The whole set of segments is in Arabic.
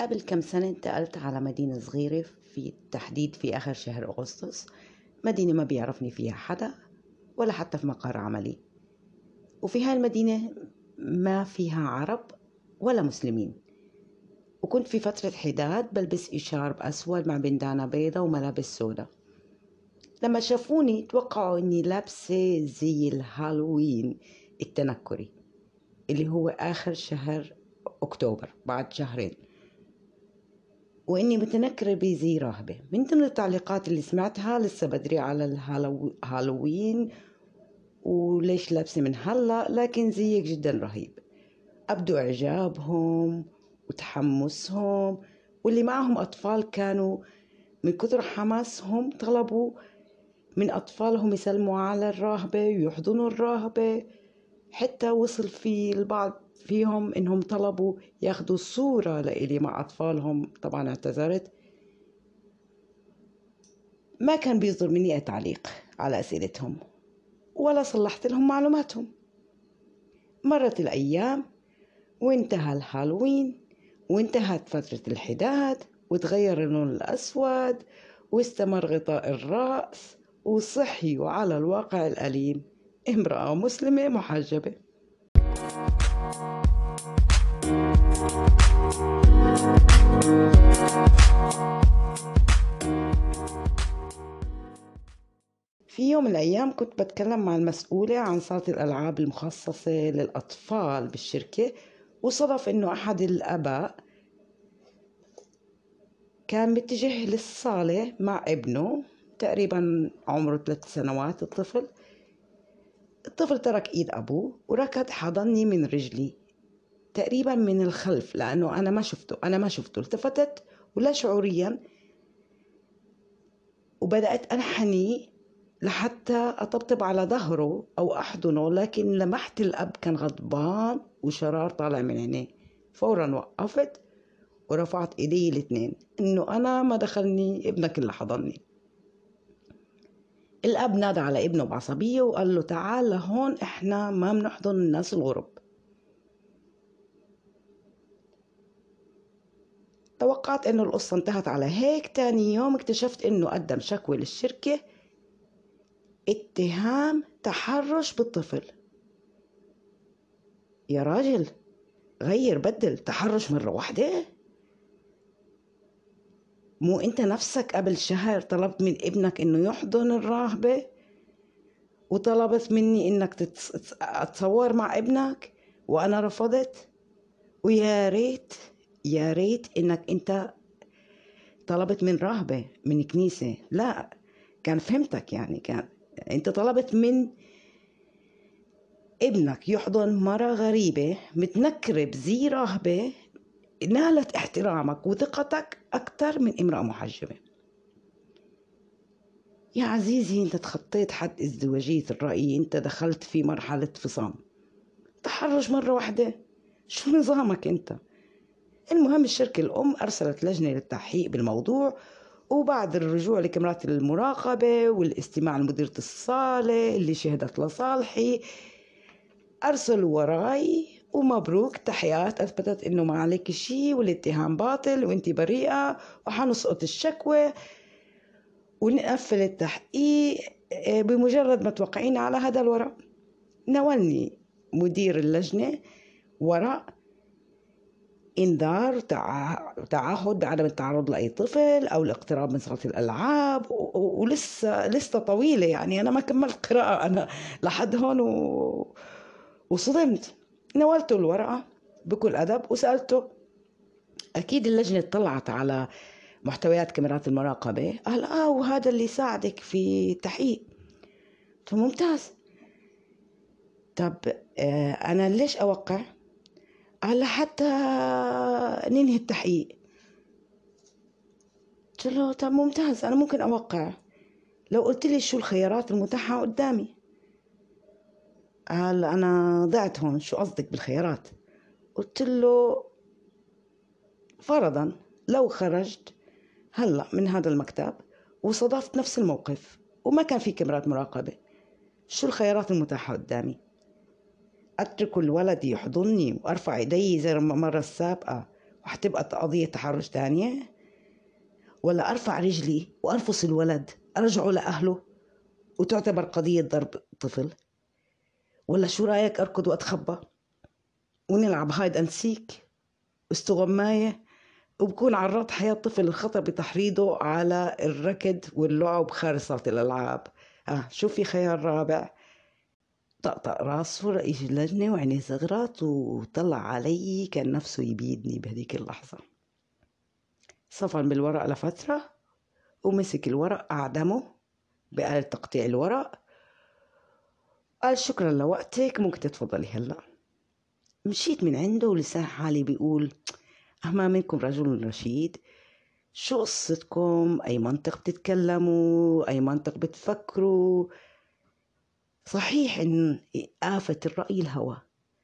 قبل كم سنة انتقلت على مدينة صغيرة في التحديد في آخر شهر أغسطس. مدينة ما بيعرفني فيها حدا ولا حتى في مقر عملي، وفي هاي المدينة ما فيها عرب ولا مسلمين. وكنت في فترة حداد بلبس إشارب أسود مع بندانة بيضة وملابس سودا. لما شافوني توقعوا إني لابسة زي الهالوين التنكري اللي هو آخر شهر أكتوبر بعد شهرين، وإني متنكرة بزي راهبة. من ضمن التعليقات اللي سمعتها لسه بدري على الهالوين وليش لابسة من هلا، لكن زيك جدا رهيب. أبدوا إعجابهم وتحمسهم، واللي معهم أطفال كانوا من كثر حماسهم طلبوا من أطفالهم يسلموا على الراهبة ويحضنوا الراهبة. حتى وصل في البعض فيهم إنهم طلبوا ياخدوا صورة لإلي مع أطفالهم. طبعا اعتذرت، ما كان بيصدر مني أي تعليق على أسئلتهم ولا صلحت لهم معلوماتهم. مرت الأيام وانتهى الهالوين وانتهت فترة الحداد وتغير اللون الأسود واستمر غطاء الرأس، وصحيوا على الواقع الأليم: امرأة مسلمة محجبة. في يوم من الأيام كنت بتكلم مع المسؤولة عن صالة الألعاب المخصصة للأطفال بالشركة، وصدف إنه أحد الآباء كان متجه للصالة مع ابنه تقريبا عمره 3 سنوات. الطفل ترك إيد أبوه وركض حضني من رجلي تقريبا من الخلف، لأنه أنا ما شفته. التفتت ولا شعوريا وبدأت أنحني لحتى أطبطب على ظهره أو أحضنه، لكن لمحت الأب كان غضبان وشرار طالع من عينيه. فورا وقفت ورفعت إيدي الاثنين إنه أنا ما دخلني، ابنك اللي حضني. الأب نادى على ابنه بعصبية وقال له: تعال لهون، إحنا ما بنحضن الناس الغرب. توقعت إنه القصة انتهت على هيك. تاني يوم اكتشفت إنه قدم شكوى للشركة اتهام تحرش بالطفل. يا راجل غير بدل، تحرش مرة واحدة؟ مو انت نفسك قبل شهر طلبت من ابنك انه يحضن الراهبة وطلبت مني انك اتصور مع ابنك وانا رفضت؟ ويا ريت يا ريت انك انت طلبت من راهبة من كنيسة، لا كان فهمتك. يعني كان انت طلبت من ابنك يحضن مرة غريبة متنكرة بزي راهبة نالت احترامك وثقتك أكثر من امرأة محجبة. يا عزيزي، انت تخطيت حد ازدواجية الرأي، انت دخلت في مرحلة فصام. تحرش مرة واحدة؟ شو نظامك انت؟ المهم الشركة الأم أرسلت لجنة للتحقيق بالموضوع، وبعد الرجوع لكاميرات المراقبة والاستماع لمديرة الصالة اللي شهدت لصالحي أرسلوا وراي ومبروك تحيات أثبتت إنه ما عليك شيء والاتهام باطل وإنتي بريئة وحنسقط الشكوى ونقفل التحقيق. بمجرد ما توقعين على هذا الورق ناولني مدير اللجنة ورق إنذار وتعهد بعدم التعرض لأي طفل أو الاقتراب من صالة الألعاب، ولسه لسه طويلة. يعني أنا ما كملت قراءة أنا لحد هون وصدمت. ناولته الورقة بكل أدب وسألته: أكيد اللجنة اطلعت على محتويات كاميرات المراقبة؟ قال: وهذا اللي يساعدك في التحقيق. قلت: ممتاز. طب أنا ليش أوقع؟ قال: حتى ننهي التحقيق. قلت له: طب ممتاز، أنا ممكن أوقع لو قلت لي شو الخيارات المتاحة قدامي. قال: أنا ضعت هون، شو قصدك بالخيارات؟ قلت له: فرضا لو خرجت هلأ من هذا المكتب وصادفت نفس الموقف وما كان في كاميرات مراقبة، شو الخيارات المتاحة قدامي؟ أترك الولد يحضني وأرفع يدي زي المرة السابقة وحتبقى قضية تحرش تانية؟ ولا أرفع رجلي وأرفص الولد أرجعه لأهله وتعتبر قضية ضرب طفل؟ ولا شو رأيك أركض وأتخبى ونلعب هايد أند سيك واستغماية وبكون عرضت حياة طفل الخطر بتحريضه على الركض واللعب خارج صالة الألعاب؟ شو في خيار رابع؟ طقطق راسه رئيس اللجنة وعينيه صغرت وطلع علي كان نفسه يبيدني بهديك اللحظة. صفن بالورق لفترة ومسك الورق أعدمه بآلة تقطيع الورق، قال شكرا لوقتك، ممكن تتفضلي هلا. مشيت من عنده ولسان حالي بيقول أما منكم رجل رشيد، شو قصتكم؟ أي منطق بتتكلموا؟ أي منطق بتفكروا؟ صحيح إن آفة الرأي الهوى.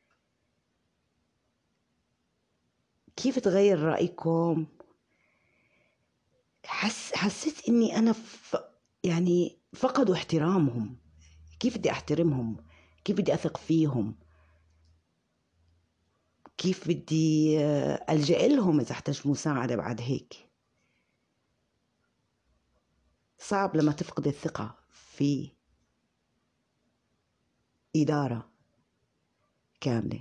كيف تغير رأيكم؟ حسيت إني أنا يعني فقدوا احترامهم. كيف بدي أحترمهم؟ كيف بدي أثق فيهم؟ كيف بدي ألجأ لهم إذا احتجت مساعدة بعد هيك؟ صعب لما تفقد الثقة في إدارة كاملة.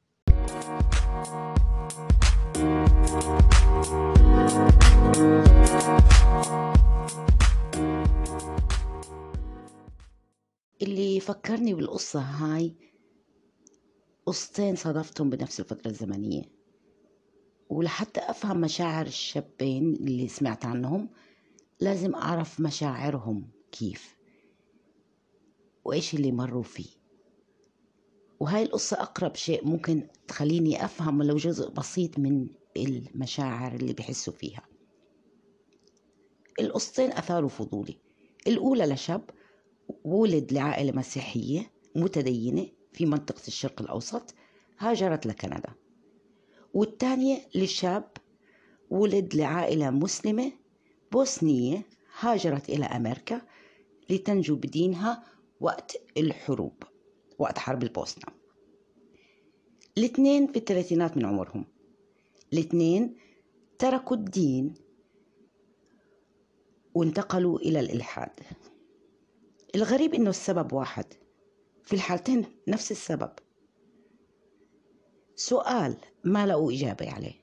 اللي فكرني بالقصة هاي قصتين صادفتهم بنفس الفترة الزمنية، ولحتى أفهم مشاعر الشابين اللي سمعت عنهم لازم أعرف مشاعرهم كيف وإيش اللي مروا فيه. وهاي القصة أقرب شيء ممكن تخليني أفهم ولو جزء بسيط من المشاعر اللي بحسوا فيها. القصتين أثاروا فضولي. الأولى لشاب ولد لعائلة مسيحية متدينة في منطقة الشرق الأوسط هاجرت لكندا، والثانية لشاب ولد لعائلة مسلمة بوسنية هاجرت إلى أمريكا لتنجو بدينها وقت الحروب، وقت حرب البوسنة. الاثنين في الثلاثينات من عمرهم. الاثنين تركوا الدين وانتقلوا إلى الإلحاد. الغريب إنه السبب واحد في الحالتين، نفس السبب. سؤال ما لقوا إجابة عليه،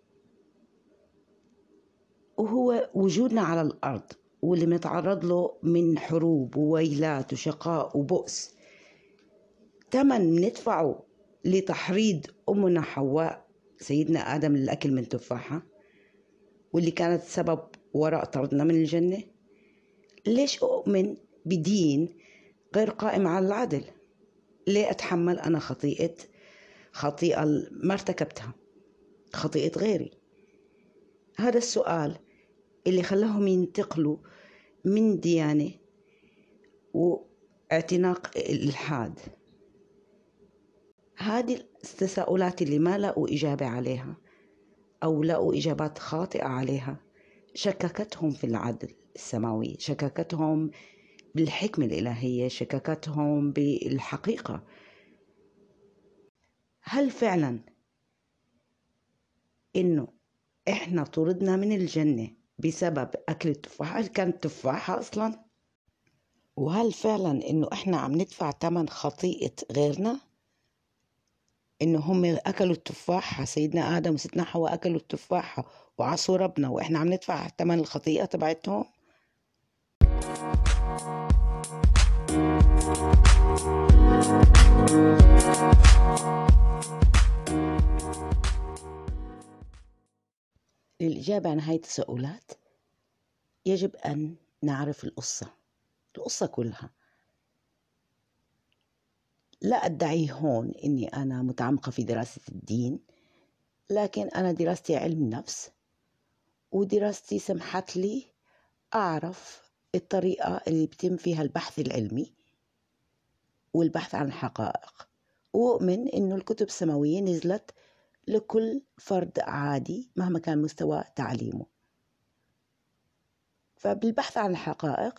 وهو وجودنا على الأرض واللي بنتعرض له من حروب وويلات وشقاء وبؤس، تمن ندفعه لتحريض أمنا حواء سيدنا آدم للأكل من تفاحة واللي كانت سبب وراء طردنا من الجنة؟ ليش أؤمن بدين غير قائم على العدل؟ ليه أتحمل أنا خطيئة ما ارتكبتها، خطيئة غيري؟ هذا السؤال اللي خلاهم ينتقلوا من ديانة واعتناق الإلحاد. هذه التساؤلات اللي ما لقوا إجابة عليها أو لقوا إجابات خاطئة عليها شككتهم في العدل السماوي، شككتهم بالحكمة الإلهية، شككتهم بالحقيقة. هل فعلا إنه إحنا طردنا من الجنة بسبب أكل التفاحة؟ هل كانت تفاحة أصلا؟ وهل فعلا إنه إحنا عم ندفع ثمن خطيئة غيرنا؟ إنه هم أكلوا التفاحة، سيدنا آدم وستنا حواء أكلوا التفاحة وعصوا ربنا وإحنا عم ندفع ثمن الخطيئة تبعتهم؟ للإجابة عن هاي التساؤلات يجب أن نعرف القصة كلها. لا أدعي هون إني أنا متعمقة في دراسة الدين، لكن أنا دراستي علم نفس، ودراستي سمحت لي أعرف الطريقة اللي بيتم فيها البحث العلمي والبحث عن الحقائق. وأؤمن إنه الكتب السماوية نزلت لكل فرد عادي مهما كان مستوى تعليمه. فبالبحث عن الحقائق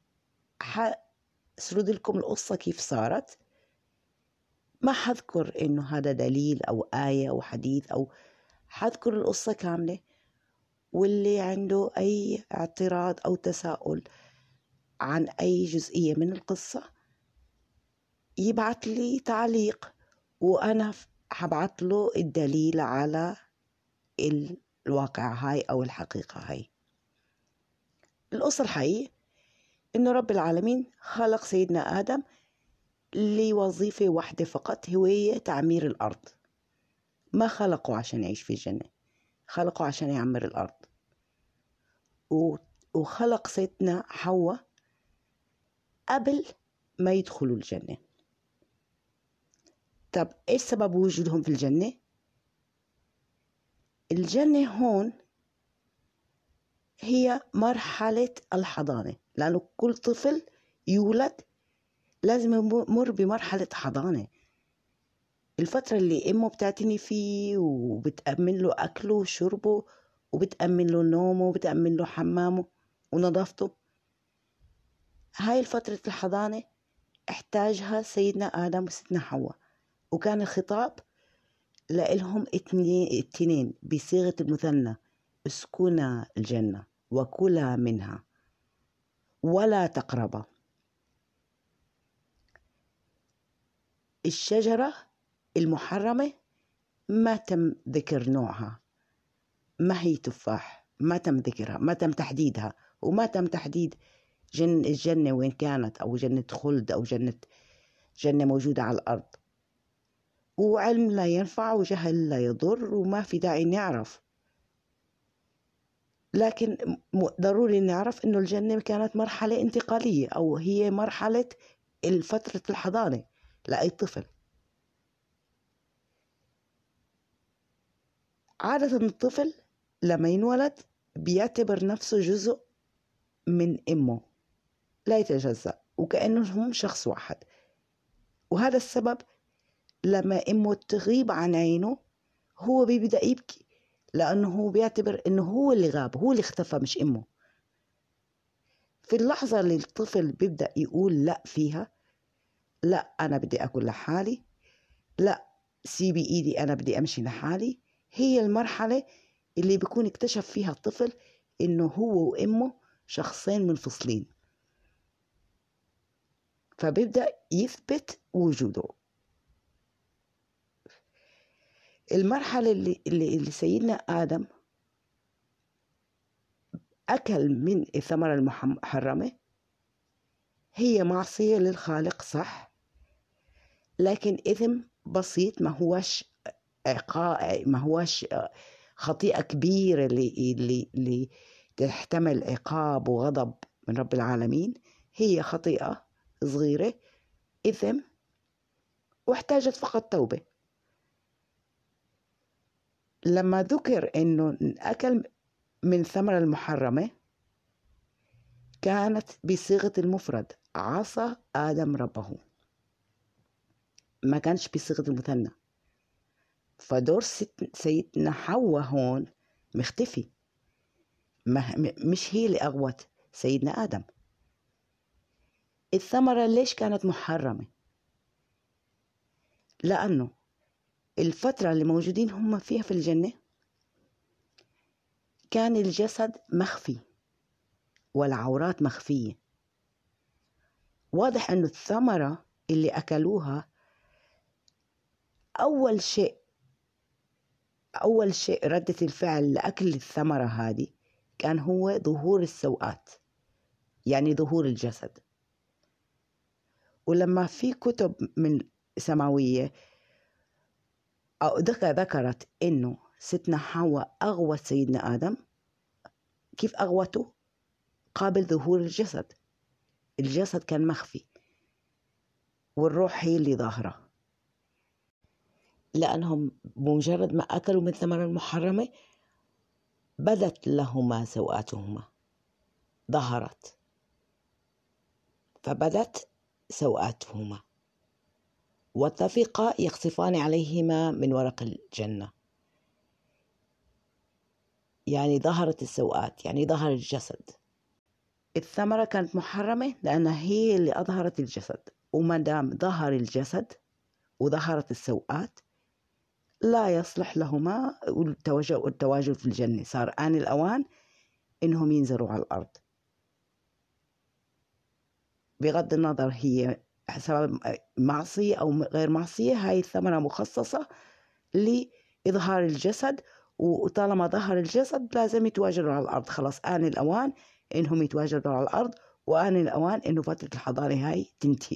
حسرد لكم القصة كيف صارت. ما حذكر إنه هذا دليل أو آية أو حديث أو حذكر القصة كاملة، واللي عنده أي اعتراض أو تساؤل عن أي جزئية من القصة يبعت لي تعليق، وأنا حبعت له الدليل على الواقع هاي أو الحقيقة هاي. القصة الحقيقية إنه رب العالمين خلق سيدنا آدم لوظيفة واحدة فقط، هي تعمير الأرض. ما خلقه عشان يعيش في الجنة، خلقه عشان يعمر الأرض. وخلق سيدنا حواء قبل ما يدخلوا الجنة. طب إيش سبب وجودهم في الجنة؟ الجنة هون هي مرحلة الحضانة، لأنه كل طفل يولد لازم يمر بمرحلة حضانة، الفترة اللي أمه بتعتني فيه وبتأمن له أكله وشربه وبتأمن له نومه وبتأمن له حمامه ونظافته. هاي الفترة الحضانة احتاجها سيدنا آدم وسيدنا حواء، وكان الخطاب لإلهم اتنين بصيغة المثنى: اسكنا الجنة وكلا منها ولا تقربا. الشجرة المحرمة ما تم ذكر نوعها، ما هي تفاح، ما تم ذكرها، ما تم تحديدها، وما تم تحديد الجنة وين كانت، أو جنة خلد، أو جنة موجودة على الأرض. وعلم لا ينفع وجهل لا يضر، وما في داعي نعرف، لكن ضروري نعرف إنه الجنة كانت مرحلة انتقالية، أو هي مرحلة فترة الحضانة لأي طفل. عادة الطفل لما ينولد بيعتبر نفسه جزء من أمه لا يتجزأ، وكأنه هم شخص واحد. وهذا السبب لما أمه تغيب عن عينه هو بيبدأ يبكي، لأنه هو بيعتبر أنه هو اللي غاب، هو اللي اختفى مش أمه. في اللحظة اللي الطفل بيبدأ يقول لا فيها، لا أنا بدي أكل لحالي، لا سيبي إيدي أنا بدي أمشي لحالي، هي المرحلة اللي بيكون اكتشف فيها الطفل إنه هو وأمه شخصين منفصلين، فبيبدأ يثبت وجوده. المرحلة اللي سيدنا آدم أكل من الثمرة المحرمة هي معصية للخالق صح، لكن إثم بسيط، ما هوش خطيئة كبيرة اللي تحتمل عقاب وغضب من رب العالمين. هي خطيئة صغيرة، إثم، واحتاجت فقط توبة. لما ذكر إنه أكل من ثمرة المحرمة كانت بصيغة المفرد: عصى آدم ربه، ما كانش بصيغة المثنى. فدور سيدنا حواء هون مختفي، مش هي اللي أغوت سيدنا آدم. الثمرة ليش كانت محرمة؟ لأنه الفترة اللي موجودين هم فيها في الجنة كان الجسد مخفي والعورات مخفية. واضح أنه الثمرة اللي أكلوها أول شيء ردة الفعل لأكل الثمرة هذه كان هو ظهور السوءات، يعني ظهور الجسد. ولما في كتب من سماوية ذكرت إنه ستنا حواء أغوت سيدنا آدم، كيف أغوته؟ قابل ظهور الجسد، الجسد كان مخفي والروح هي اللي ظاهرة، لأنهم بمجرد ما أكلوا من الثمرة المحرمة بدت لهما سوآتهما، ظهرت، فبدت سوآتهما واتفقا يخصفان عليهما من ورق الجنة. يعني ظهرت السوآت، يعني ظهر الجسد. الثمرة كانت محرمة لأنها هي اللي أظهرت الجسد، وما دام ظهر الجسد وظهرت السوآت لا يصلح لهما التواجد في الجنة. صار آن الأوان إنهم ينزلوا على الأرض، بغض النظر هي سبب معصية أو غير معصية. هاي الثمرة مخصصة لإظهار الجسد، وطالما ظهر الجسد لازم يتواجدوا على الأرض. خلاص آن الأوان إنهم يتواجدوا على الأرض، وآن الأوان إنه فترة الحضانة هاي تنتهي.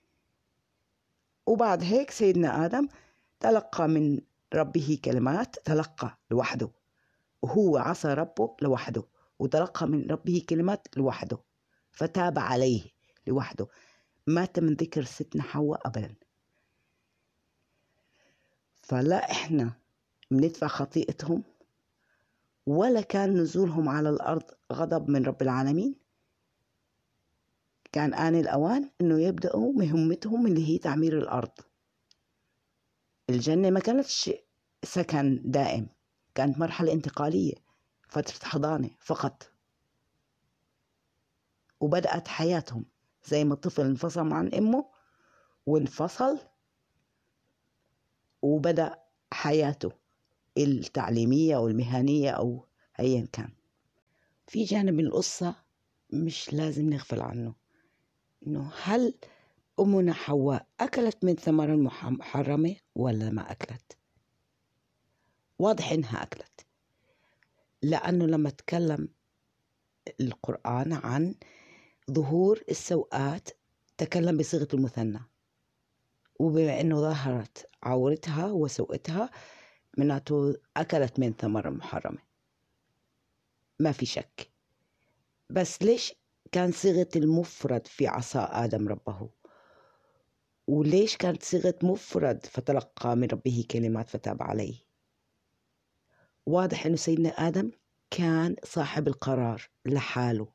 وبعد هيك سيدنا آدم تلقى من ربه كلمات، تلقى لوحده، وهو عصى ربه لوحده، وتلقى من ربه كلمات لوحده، فتاب عليه لوحده. مات من ذكر ستنا حواء أبدا. فلا إحنا بندفع خطيئتهم، ولا كان نزولهم على الأرض غضب من رب العالمين. كان آن الأوان إنه يبدأوا مهمتهم اللي هي تعمير الأرض. الجنة ما كانتش سكن دائم، كانت مرحلة انتقالية، فترة حضانة فقط. وبدأت حياتهم زي ما الطفل انفصل عن أمه وانفصل، وبدأ حياته التعليمية أو المهنية أو أيا كان. في جانب من القصة مش لازم نغفل عنه، إنه هل أمنا حواء أكلت من ثمرة محرمة ولا ما أكلت؟ واضح إنها أكلت، لأنه لما تكلم القرآن عن ظهور السوءات تكلم بصيغة المثنى، وبما أنه ظهرت عورتها وسوءتها معناته أكلت من ثمرة محرمة، ما في شك. بس ليش كان صيغة المفرد في عصا آدم ربه؟ وليش كانت صيغة مفرد فتلقى من ربه كلمات فتاب عليه؟ واضح أنه سيدنا آدم كان صاحب القرار لحاله،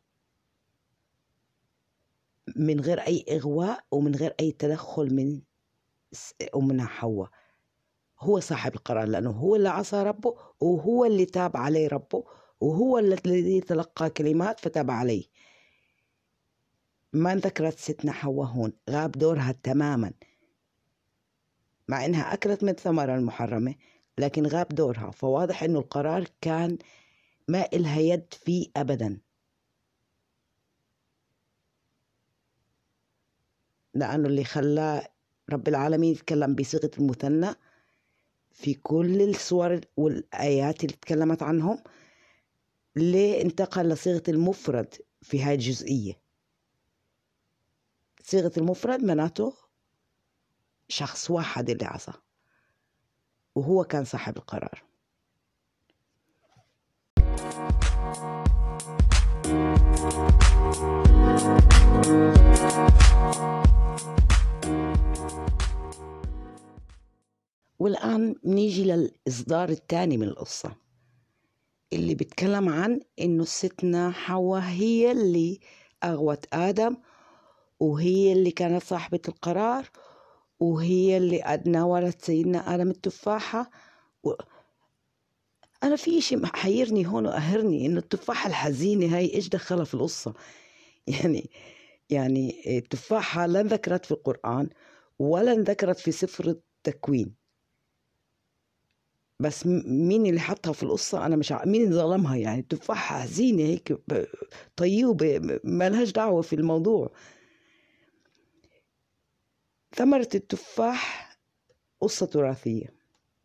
من غير أي إغواء ومن غير أي تدخل من أمنا حواء. هو صاحب القرار، لأنه هو اللي عصى ربه، وهو اللي تاب عليه ربه، وهو الذي تلقى كلمات فتاب عليه. ما ذكرت ستنا حواء هون، غاب دورها تماما، مع إنها أكلت من الثمرة المحرمة لكن غاب دورها. فواضح إنه القرار كان ما إلها يد فيه أبدا، لأنه اللي خلى رب العالمين يتكلم بصيغة المثنى في كل الصور والآيات اللي تكلمت عنهم، ليه انتقل لصيغة المفرد في هاي الجزئية؟ صيغة المفرد معناته شخص واحد اللي عصى، وهو كان صاحب القرار. والآن نيجي للإصدار الثاني من القصة، اللي بيتكلم عن إنه ستنا حواء هي اللي أغوت آدم، وهي اللي كانت صاحبة القرار، وهي اللي ناولت سيدنا آدم التفاحة. أنا في شيء حيرني هون وقهرني، إنه التفاحة الحزينة هاي إيش دخلها في القصة؟ يعني التفاحة لا ذكرت في القرآن ولا ذكرت في سفر التكوين، بس مين اللي حطها في القصة؟ أنا مش مين اللي ظلمها؟ يعني التفاحة حزينة هيك طيوبة ما لهاش دعوة في الموضوع. ثمرة التفاح قصة تراثية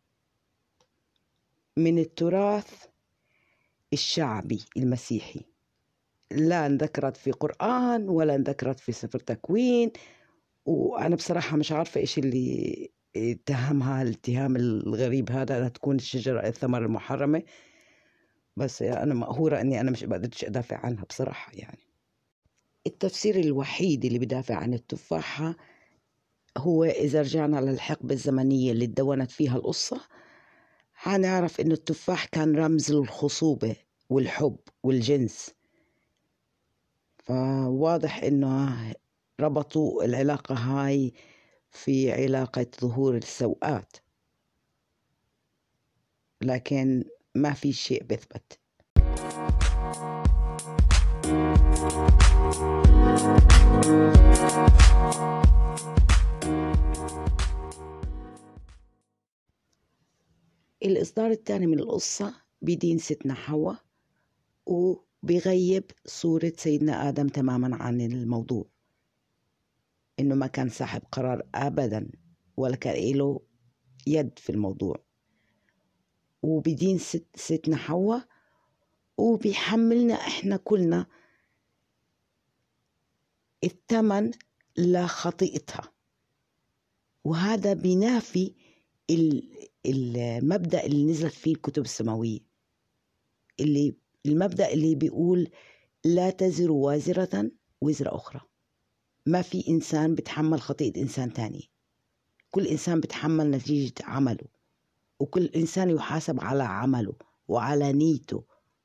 من التراث الشعبي المسيحي، لا ذكرت في قرآن ولا ذكرت في سفر تكوين. وأنا بصراحة مش عارفة إيش اللي اتهمها الاتهام الغريب هذا أنها تكون الشجرة الثمرة المحرمة، بس أنا مقهورة أني أنا مش قدرتش أدافع عنها بصراحة. يعني التفسير الوحيد اللي بدافع عن التفاحة هو إذا رجعنا للحقبة الزمنية اللي تدونت فيها القصة، هنعرف إنه التفاح كان رمز للخصوبة والحب والجنس. فواضح إنه ربطوا العلاقة هاي في علاقة ظهور السوءات، لكن ما في شيء بيثبت. الإصدار الثاني من القصة بيدين ستنا حواء وبيغيب صورة سيدنا آدم تماما عن الموضوع، إنه ما كان صاحب قرار أبدا ولا كان له يد في الموضوع، وبيدين ستنا حواء وبيحملنا إحنا كلنا الثمن لخطيئتها. وهذا بينافي المبدأ اللي نزلت فيه الكتب السماوية، المبدأ اللي بيقول لا تزر وازرة وزر أخرى. ما في إنسان بتحمل خطيئة إنسان تاني، كل إنسان بتحمل نتيجة عمله، وكل إنسان يحاسب على عمله وعلى نيته.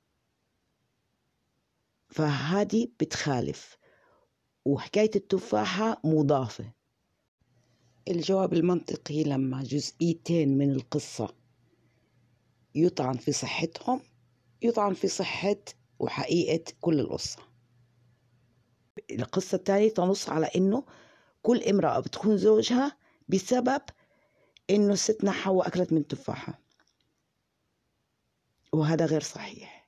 فهذه بتخالف. وحكاية التفاحة مضافة. الجواب المنطقي لما جزئيتين من القصة يطعن في صحتهم، يطعن في صحة وحقيقة كل القصة. القصة الثانية تنص على إنه كل امرأة بتخون زوجها بسبب إنه ستنا حواء أكلت من تفاحة، وهذا غير صحيح.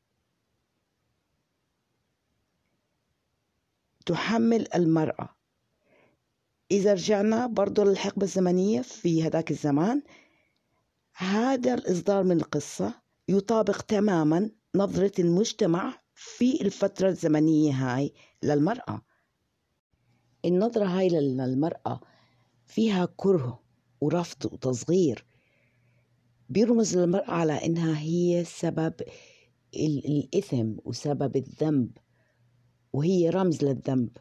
تحمل المرأة. إذا رجعنا برضو للحقبة الزمنية في هذاك الزمان، هذا الإصدار من القصة يطابق تماما نظرة المجتمع في الفترة الزمنية هاي للمرأة. النظرة هاي للمرأة فيها كره ورفض وتصغير، بيرمز للمرأة على إنها هي سبب الإثم وسبب الذنب، وهي رمز للذنب.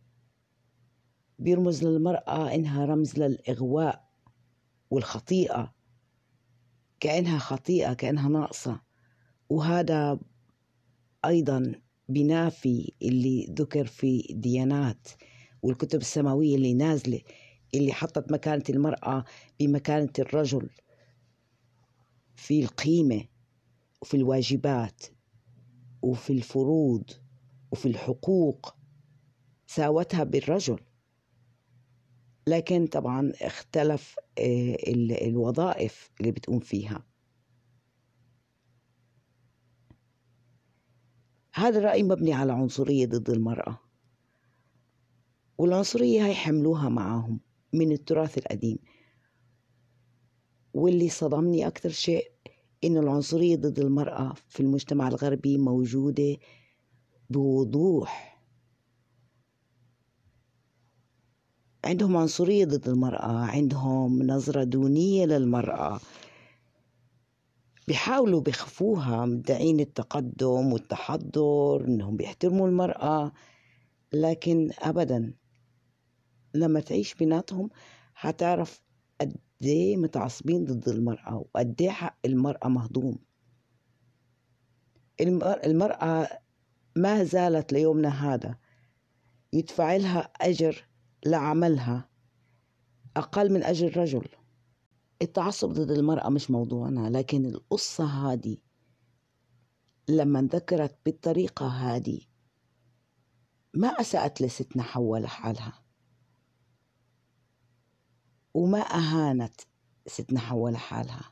بيرمز للمرأة إنها رمز للإغواء والخطيئة، كأنها خطيئة، كأنها ناقصة. وهذا أيضا بينافي اللي ذكر في الديانات والكتب السماوية اللي نازلة، اللي حطت مكانة المرأة بمكانة الرجل في القيمة وفي الواجبات وفي الفروض وفي الحقوق، ساوتها بالرجل. لكن طبعا اختلف الوظائف اللي بتقوم فيها. هذا الرأي مبني على عنصرية ضد المرأة، والعنصرية هاي حملوها معهم من التراث القديم. واللي صدمني أكثر شيء إن العنصرية ضد المرأة في المجتمع الغربي موجودة بوضوح. عندهم عنصرية ضد المرأة، عندهم نظرة دونية للمرأة، بيحاولوا بيخفوها، مدعين التقدم والتحضر، إنهم بيحترموا المرأة، لكن أبدا لما تعيش بيناتهم هتعرف قديه متعصبين ضد المرأة وقديه حق المرأة مهضوم. المرأة ما زالت ليومنا هذا يدفع لها أجر لعملها أقل من أجر الرجل. التعصب ضد المرأة مش موضوعنا، لكن القصة هذه لما انذكرت بالطريقة هذه ما أسأت لستنا حواء لحالها، وما أهانت ستنا حواء لحالها،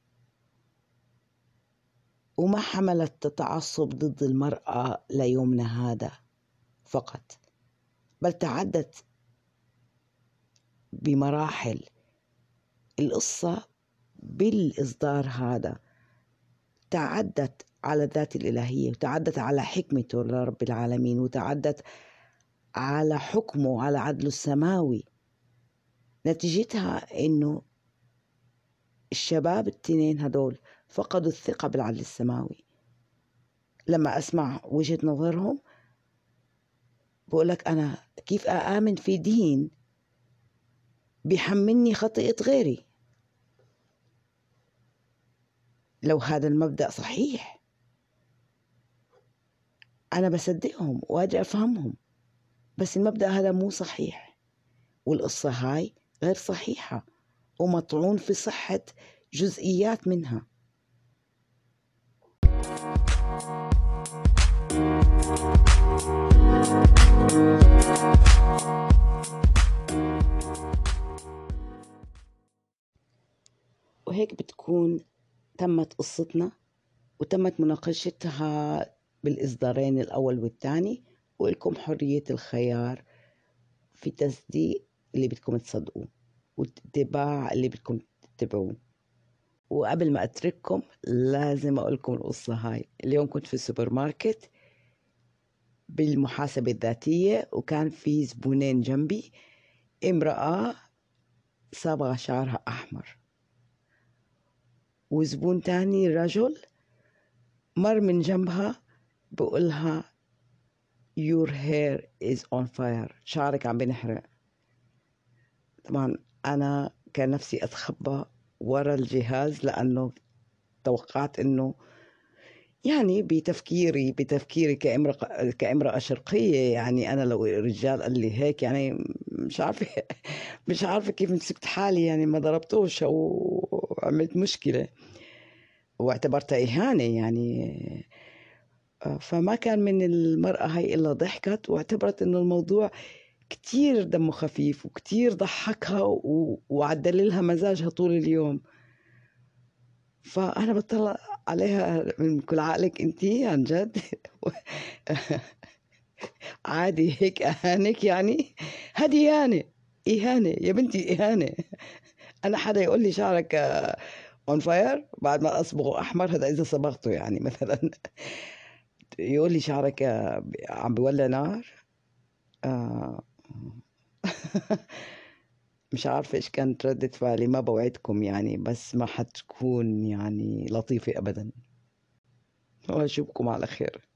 وما حملت تتعصب ضد المرأة ليومنا هذا فقط، بل تعدت بمراحل. القصة بالإصدار هذا تعدت على الذات الإلهية، وتعدت على حكمته لرب العالمين، وتعدت على حكمه، على عدله السماوي. نتيجتها إنه الشباب التنين هدول فقدوا الثقة بالعدل السماوي. لما أسمع وجهة نظرهم بقولك أنا كيف آمن في دين بيحملني خطيئة غيري؟ لو هذا المبدأ صحيح أنا بصدقهم وأجي أفهمهم، بس المبدأ هذا مو صحيح، والقصة هاي غير صحيحة ومطعون في صحة جزئيات منها. وهيك بتكون تمت قصتنا وتمت مناقشتها بالإصدارين الأول والثاني، ولكم حرية الخيار في تصديق اللي بدكم تصدقوه واتباع اللي بدكم تتبعوه. وقبل ما أترككم لازم أقول لكم القصة هاي. اليوم كنت في السوبر ماركت بالمحاسبة الذاتية، وكان في زبونين جنبي. امرأة صبغة شعرها أحمر، وزبون تاني رجل مر من جنبها بقولها your hair is on fire، شعرك عم بنحرق. طبعا أنا كان نفسي أتخبى ورا الجهاز، لأنه توقعت أنه يعني بتفكيري كامرأة شرقية، يعني أنا لو رجال قال لي هيك يعني مش عارفة مش عارفة كيف مسكت حالي، يعني ما ضربتوش أو عملت مشكلة واعتبرتها إهانة يعني. فما كان من المرأة هاي إلا ضحكت واعتبرت إنه الموضوع كتير دمه خفيف وكتير ضحكها وعدل لها مزاجها طول اليوم. فأنا بطلع عليها من كل عقلك أنتي عن جد عادي هيك أهانك يعني؟ هذه إهانة، إهانة يا بنتي، إهانة. أنا حدا يقول لي شعرك اون فاير بعد ما أصبغه أحمر، هذا إذا صبغته يعني مثلا يقول لي شعرك عم بيولع نار. آه. مش عارفة إيش كانت ردة فعلي، ما بوعدكم يعني، بس ما حتكون يعني لطيفة أبدا. وأشوفكم على خير.